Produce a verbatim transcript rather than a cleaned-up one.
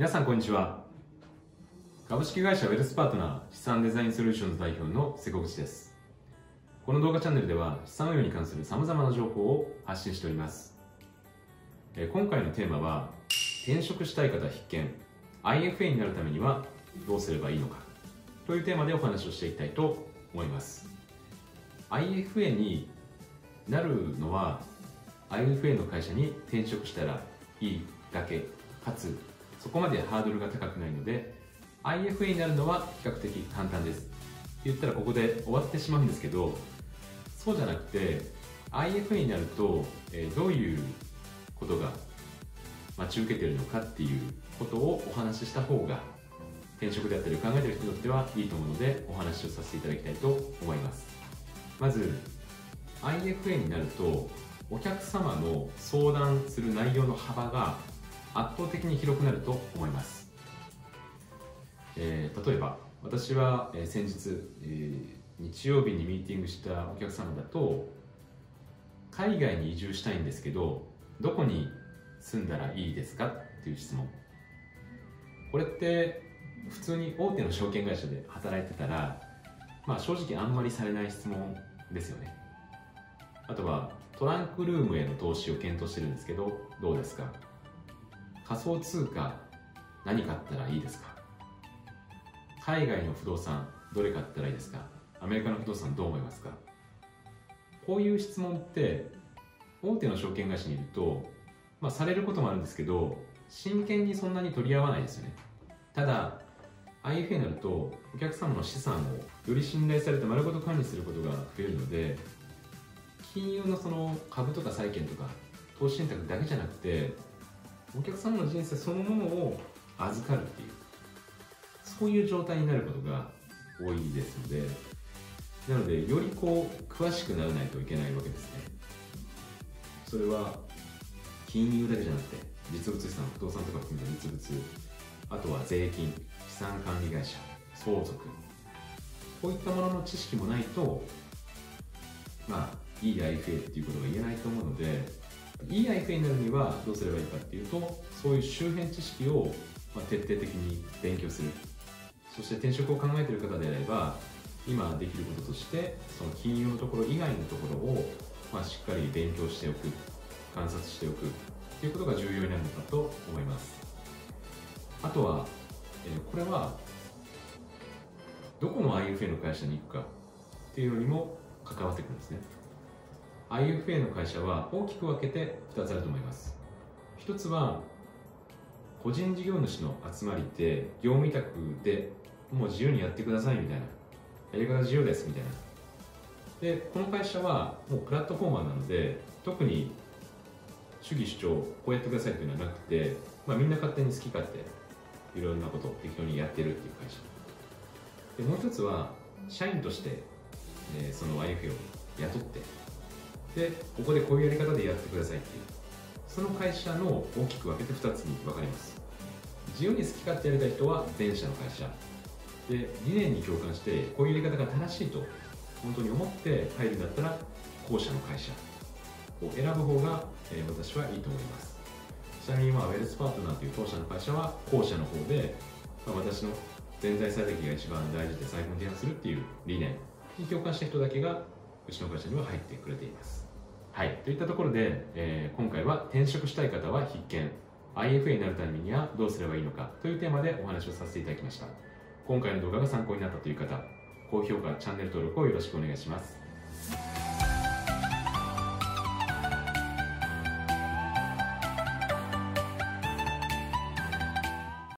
皆さんこんにちは。株式会社ウェルスパートナー資産デザインソリューションズ代表の瀬古口です。この動画チャンネルでは資産運用に関する様々な情報を発信しております。え今回のテーマは、転職したい方必見 アイエフエー になるためにはどうすればいいのかというテーマでお話をしていきたいと思います。 アイエフエー になるのは アイエフエー の会社に転職したらいいだけ、かつそこまでハードルが高くないので アイエフエー になるのは比較的簡単ですって言ったらここで終わってしまうんですけど、そうじゃなくて アイエフエー になると、えー、どういうことが待ち受けているのかっていうことをお話しした方が転職であったり考えている人にとってはいいと思うのでお話をさせていただきたいと思います。まず アイエフエー になるとお客様の相談する内容の幅が圧倒的に広くなると思います。えー、例えば私は、えー、先日、えー、日曜日にミーティングしたお客様だと、海外に移住したいんですけどどこに住んだらいいですかっていう質問。これって普通に大手の証券会社で働いてたら、まあ、正直あんまりされない質問ですよね。あとはトランクルームへの投資を検討してるんですけどどうですか。仮想通貨何買ったらいいですか。海外の不動産どれ買ったらいいですか。アメリカの不動産どう思いますか。こういう質問って大手の証券会社にいると、まあ、されることもあるんですけど真剣にそんなに取り合わないですよね。ただ アイエフエー になるとお客様の資産をより信頼されて丸ごと管理することが増えるので、金融のその株とか債券とか投資信託だけじゃなくてお客様の人生そのものを預かるっていう、そういう状態になることが多いですので、なのでよりこう詳しくならないといけないわけですね。それは金融だけじゃなくて実物資産、不動産とか含めた実物、あとは税金、資産管理会社、相続、こういったものの知識もないとまあいい アイエフエー っていうことが言えないと思うので、いい アイエフエー になるにはどうすればいいかっていうと、そういう周辺知識を徹底的に勉強する。そして転職を考えている方であれば今できることとしてその金融のところ以外のところを、まあ、しっかり勉強しておく、観察しておくっていうことが重要になるのかと思います。あとは、えー、これはどこの アイエフエー の会社に行くかっていうのにも関わってくるんですね。アイエフエー の会社は大きく分けてふたつあると思います。ひとつは個人事業主の集まりで業務委託でもう自由にやってくださいみたいな、やり方自由ですみたいな。でこの会社はもうプラットフォーマーなので特に主義主張こうやってくださいっていうのはなくて、まあ、みんな勝手に好き勝手いろんなことを適当にやってるっていう会社で、もう一つは社員として、えー、その アイエフエー を雇ってでここでこういうやり方でやってくださいっていう、その会社の大きく分けてふたつに分かれます。自由に好き勝手やりたい人は前者の会社で、理念に共感してこういうやり方が正しいと本当に思って入るんだったら後者の会社を選ぶ方が、えー、私はいいと思います。ちなみに今ウェルスパートナーという当社の会社は後者の方で、まあ、私の全財最適が一番大事で最高に提案するっていう理念に共感した人だけがうちの会社には入ってくれています。はい、といったところで、えー、今回は転職したい方は必見 アイエフエー になるためにはどうすればいいのかというテーマでお話をさせていただきました。今回の動画が参考になったという方、高評価、チャンネル登録をよろしくお願いします。